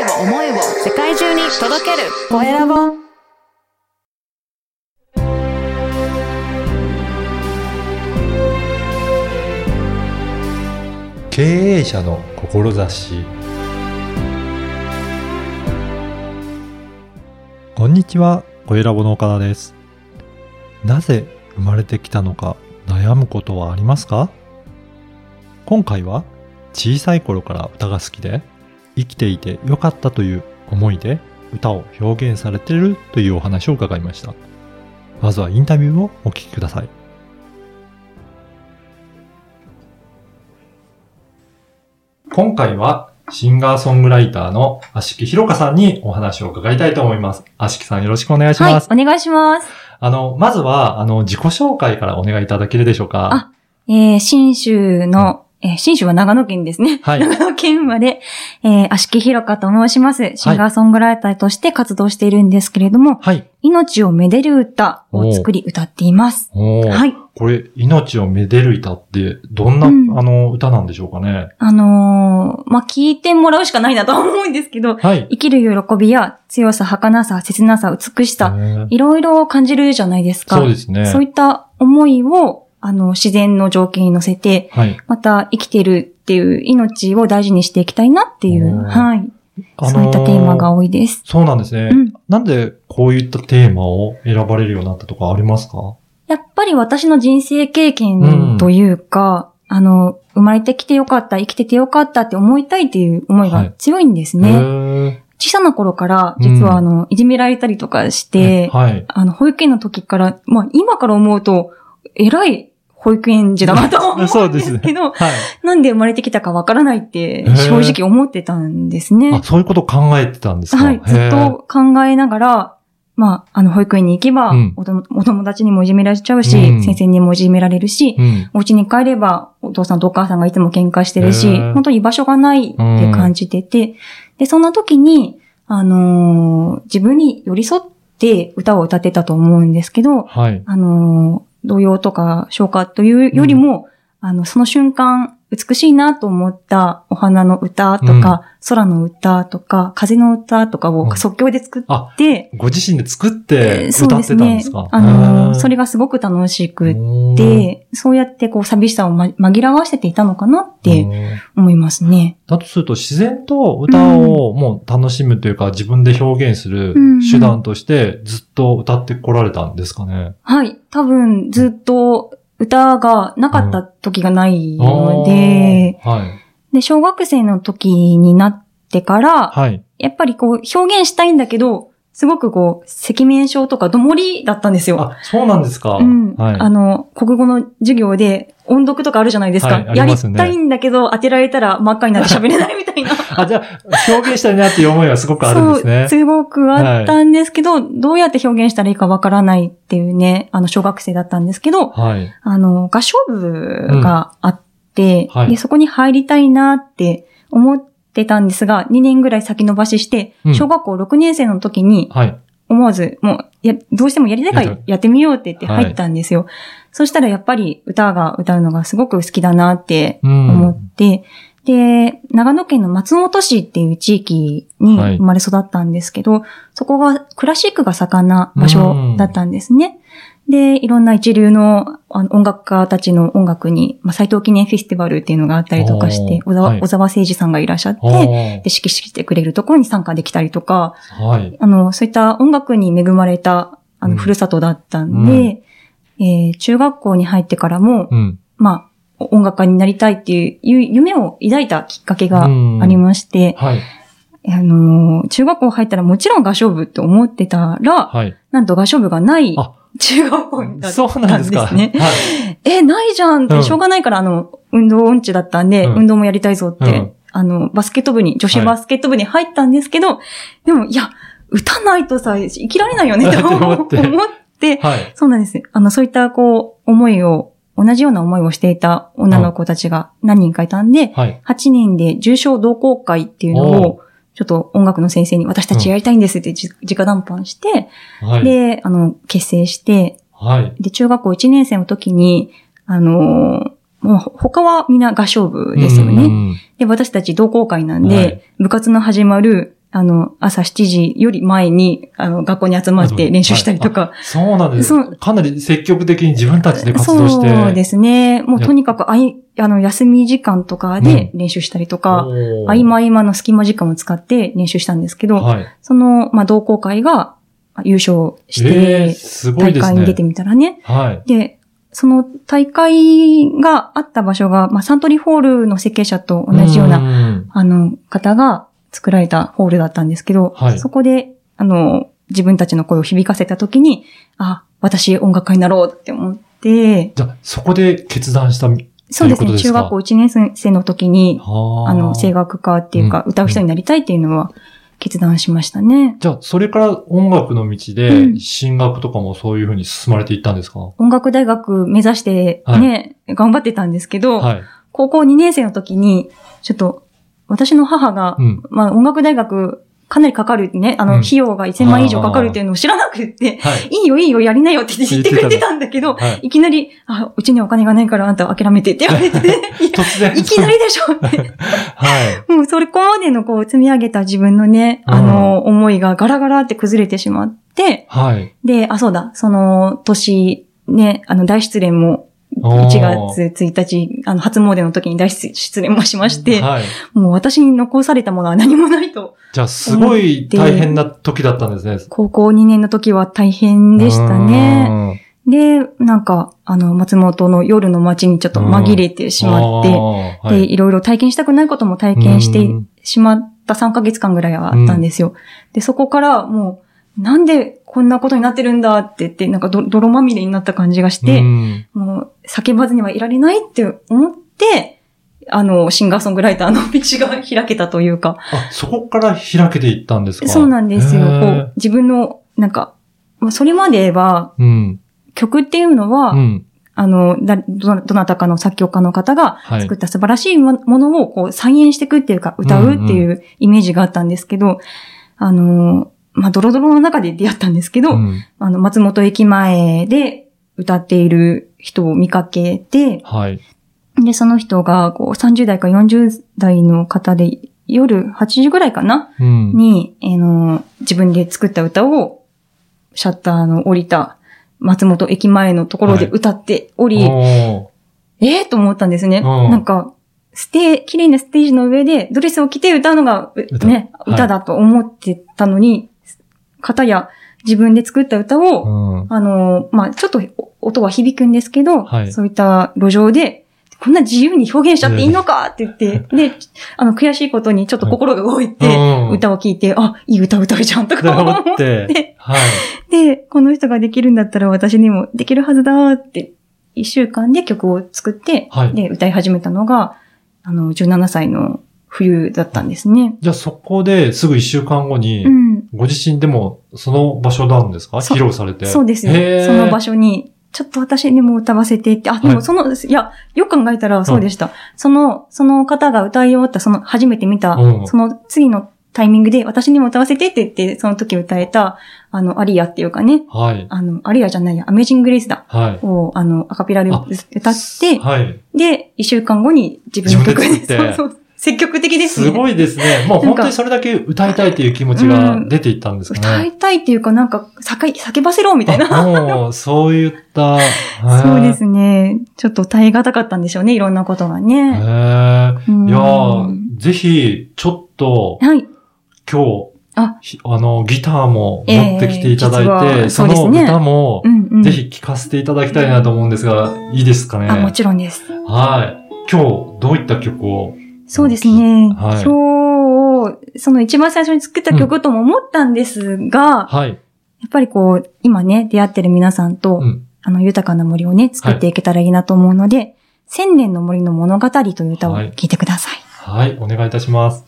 思いを世界中に届けるコエラボ。 経営者の志。こんにちは、コエラボの岡田です。なぜ生まれてきたのか悩むことはありますか？今回は小さい頃から歌が好きで生きていてよかったという思いで歌を表現されているというお話を伺いました。まずはインタビューをお聞きください。今回はシンガーソングライターの芦木ひろかさんにお話を伺いたいと思います。芦木さん、よろしくお願いします。 はい、お願いします。 まずは、自己紹介からお願いいただけるでしょうか。 信州は長野県ですね。 はい。 長野県生まれ、芦木ひろかと申します。シンガーソングライターとして活動しているんですけれども、はい。命をめでる歌を作り歌っています。はい。 これ、命をめでる歌って、どんな、歌なんでしょうかね。 聞いてもらうしかないなとは思うんですけど、 はい。 生きる喜びや強さ、儚さ、切なさ、美しさ、いろいろ感じるじゃないですか。 そうですね。 そういった思いを、自然の条件に乗せて、はい、また生きてるっていう命を大事にしていきたいなっていう、はい。そういったテーマが多いです。 そうなんですね。なんでこういったテーマを選ばれるようになったとかありますか？ やっぱり私の人生経験というか、生まれてきてよかった、生きててよかったって思いたいっていう思いが強いんですね。はい、小さな頃から実はいじめられたりとかして、はい、保育園の時から、今から思うと偉い保育園児だなと思うんですけど、はい、なんで生まれてきたかわからないって正直思ってたんですね。 そういうことを考えてたんですか？ はい、ずっと考えながら、保育園に行けば、お友達にもいじめられちゃうし、先生にもいじめられるし、お家に帰ればお父さんとお母さんがいつも喧嘩してるし、本当に居場所がないって感じてて、で、そんな時に、自分に寄り添って歌を歌ってたと思うんですけど、はい、童謡とか唱歌というよりも、その瞬間、美しいなと思ったお花の歌とか、空の歌とか、風の歌とかを即興で作って、 ご自身で作って歌ってたんですか？ それがすごく楽しくって、そうやって寂しさを紛らわせていたのかなって思いますね。 だとすると自然と歌をもう楽しむというか、自分で表現する手段としてずっと歌ってこられたんですかね？ はい。多分ずっと歌がなかった時がないので、はい、で、小学生の時になってから、はい、やっぱり表現したいんだけど、すごく赤面症とかどもりだったんですよ。 あ、そうなんですか。 はい、国語の授業で音読とかあるじゃないですか。はい、やりたいんだけど、当てられたら真っ赤になって喋れないみたいな。 じゃあ、表現したいなっていう思いはすごくあるんですね。 そう、すごくあったんですけど、どうやって表現したらいいかわからないっていうね、小学生だったんですけど、はい、合唱部があって、はい、で、そこに入りたいなって思ってたんですが、2年ぐらい先延ばしして、小学校6年生の時に、思わず、どうしてもやりたいからやってみようって言って入ったんですよ。はい、そしたらやっぱり歌うのがすごく好きだなって思って、で、長野県の松本市っていう地域に生まれ育ったんですけど、そこがクラシックが盛んな場所だったんですね。で、いろんな一流の音楽家たちの音楽に、斉藤記念フェスティバルっていうのがあったりとかして、小沢誠二さんがいらっしゃって、で、指揮してくれるところに参加できたりとか、はい、そういった音楽に恵まれた、ふるさとだったんで、中学校に入ってからも、音楽家になりたいっていう夢を抱いたきっかけがありまして、はい、中学校入ったらもちろん合唱部って思ってたら、はい、なんと合唱部がない中学校になったんですね。そうなんですか。はい、ないじゃんって、しょうがないから運動音痴だったんで、運動もやりたいぞって、バスケット部に、女子バスケット部に入ったんですけど、でも、いや、歌ないとさ、生きられないよねって思って、はい、そうなんです。そういった同じような思いをしていた女の子たちが何人かいたんで、はい、8人で重賞同好会っていうのを、ちょっと音楽の先生に私たちやりたいんですって直談判して、で、結成して、で、中学校1年生の時に、もう他はみんな合唱部ですよね。で、私たち同好会なんで、部活の始まる、 朝7時より前に、学校に集まって練習したりとか。 そうなんです。かなり積極的に自分たちで活動して。 そうですね。もうとにかく休み時間とかで練習したりとか、合間の隙間時間を使って練習したんですけど、その、同好会が優勝して、大会に出てみたらね。で、その大会があった場所が、サントリーホールの設計者と同じような、方が作られたホールだったんですけど、そこで、自分たちの声を響かせたときに、私音楽家になろうって思って、 じゃあ、そこで決断したそうですね。中学校1年生の時に、声楽家っていうか、歌う人になりたいっていうのは決断しましたね。 じゃあ、それから音楽の道で、進学とかもそういうふうに進まれていったんですか？ 音楽大学目指してね、頑張ってたんですけど、高校2年生の時に、ちょっと、私の母が、音楽大学、かなりかかるね、費用が1000万以上かかるっていうのを知らなくって、いいよ、やりなよって言ってくれてたんだけど、いきなり、うちにお金がないからあんた諦めてって言われて、突然いきなりでしょって。もうそれこまでの積み上げた自分のね、思いがガラガラって崩れてしまって、で、そうだ、その年、ね、大失恋も、1月1日、初詣の時に大失恋もしまして、もう私に残されたものは何もないと。 じゃあ、すごい大変な時だったんですね。 高校2年の時は大変でしたね。で、松本の夜の街にちょっと紛れてしまって、で、いろいろ体験したくないことも体験してしまった3ヶ月間ぐらいはあったんですよ。で、そこからもう、なんでこんなことになってるんだって言って、泥まみれになった感じがして、もう叫ばずにはいられないって思って、シンガーソングライターの道が開けたというか。 そこから開けていったんですか？ そうなんですよ。自分の、それまでは、曲っていうのは、どなたかの作曲家の方が作った素晴らしいものを再現していくっていうか、歌うっていうイメージがあったんですけど、ドロドロの中で出会ったんですけど、松本駅前で歌っている人を見かけて、で、その人が30代か40代の方で、夜8時ぐらいかな、に、自分で作った歌を、シャッターの降りた松本駅前のところで歌っており、と思ったんですね。綺麗なステージの上でドレスを着て歌うのが、歌だと思ってたのに、方や自分で作った歌を、ちょっと音は響くんですけど、そういった路上で、こんな自由に表現しちゃっていいのかって言って、で、悔しいことにちょっと心が動いて、歌を聴いて、いい歌歌うじゃんとか思って、で、この人ができるんだったら私にもできるはずだって、1週間で曲を作って、で、歌い始めたのが、17歳の冬だったんですね。 じゃあそこですぐ1週間後に、ご自身でもその場所なんですか？披露されて。 そうですよ。その場所に、ちょっと私にも歌わせてって、でもよく考えたらそうでした。その方が歌い終わった、初めて見た、その次のタイミングで私にも歌わせてって言って、その時歌えた、アリアっていうかね。アリアじゃないや、アメージング・グレイスだ。を、アカペラで歌って、で、1週間後に自分の曲で、積極的ですね。 すごいですね。もう本当にそれだけ歌いたいっていう気持ちが出ていったんですかね。 歌いたいっていうか叫ばせろみたいな。 もう、そういった。 そうですね。ちょっと耐え難かったんでしょうね。いろんなことがね。 いやぜひ、ちょっと、今日、ギターも持ってきていただいて、その歌も、ぜひ聴かせていただきたいなと思うんですが、いいですかね？ もちろんです。 今日、どういった曲を？ そうですね。今日、その一番最初に作った曲とも思ったんですが、やっぱり今ね、出会ってる皆さんと、豊かな森をね、作っていけたらいいなと思うので、千年の森の物語という歌を聴いてください。 お願いいたします。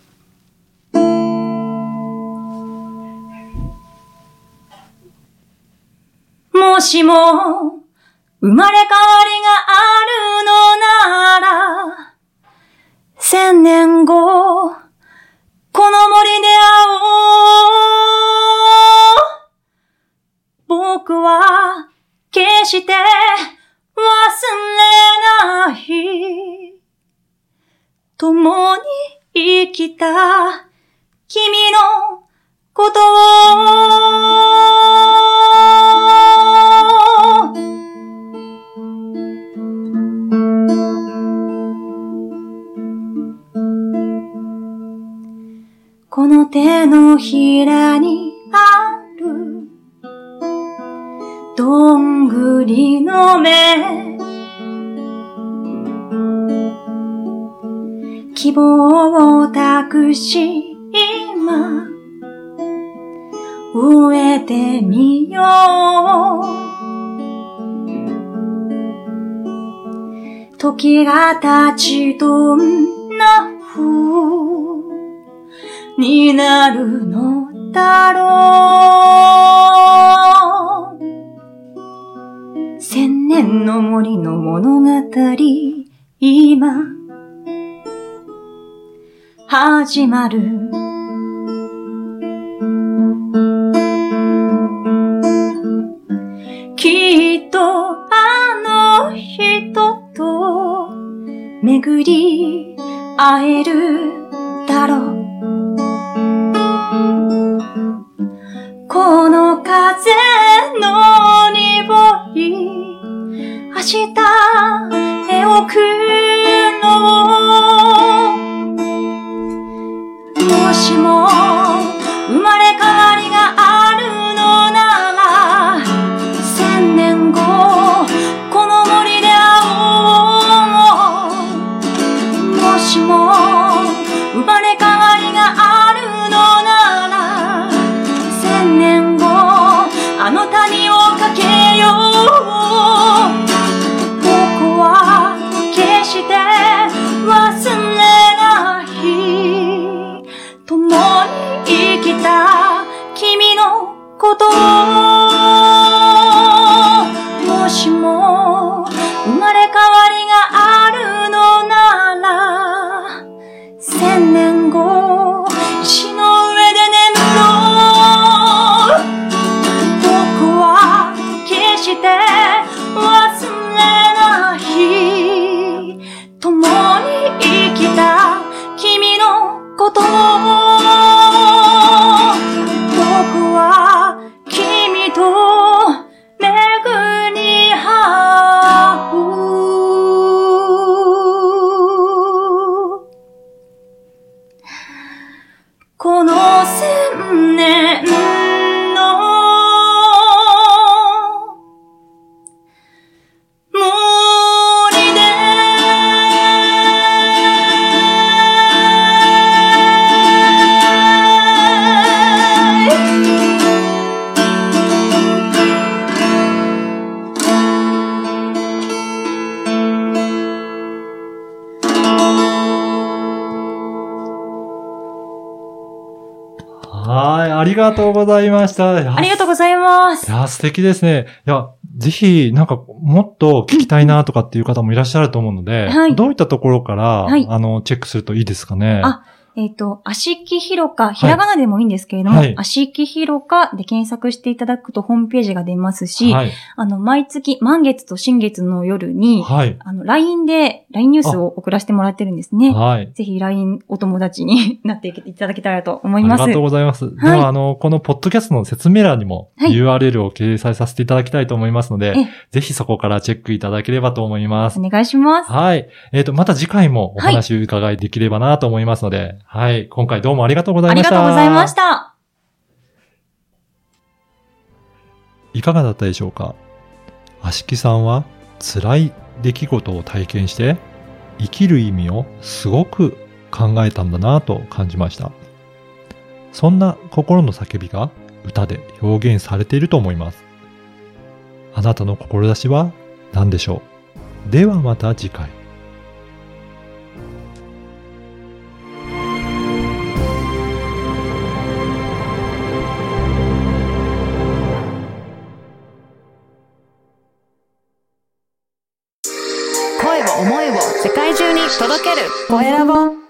もしも、生まれ変わりがあるのなら、1000年後、この森で会おう。僕は決して忘れない。共に生きた君のことをこの手のひらにあるどんぐりの芽希望を託し今植えてみよう時が経ちどんな風になるのだろう千年の森の物語今始まるきっとあの人と巡り会えるだろうこの風の匂い明日へ置くのもしも生まれ変わりがあるのなら1000年後この森で会おうもしも生まれ変わりがあるのなら1000年後あの谷を駆けよう僕は決して忘れない共に生きた君のこともしも生まれ変わりがあるのなら1000年後石の上で眠ろう僕は決して忘れない共に生きた君のこと僕は君と巡り合うこの1000年の森ではい、ありがとうございました。 ありがとうございます。 いや、素敵ですね。いや、ぜひ、なんか、もっと聞きたいなとかっていう方もいらっしゃると思うので、はい、どういったところから、はい、チェックするといいですかね。 足木ひろか、ひらがなでもいいんですけれども、はい、足木ひろかで検索していただくとホームページが出ますし、はい、毎月、満月と新月の夜に、はい、LINE で、LINE ニュースを送らせてもらってるんですね。はい。ぜひ LINE お友達になっていただけたらと思います。 ありがとうございます。はい、では、このポッドキャストの説明欄にも URL を掲載させていただきたいと思いますので、ぜひそこからチェックいただければと思います。 お願いします。 はい。また次回もお話を伺いできればなと思いますので、はい。今回どうもありがとうございました。 ありがとうございました。 いかがだったでしょうか。足木さんは辛い出来事を体験して生きる意味をすごく考えたんだなと感じました。そんな心の叫びが歌で表現されていると思います。あなたの志は何でしょう。ではまた次回。 声を思いを世界中に届けるコエラボ。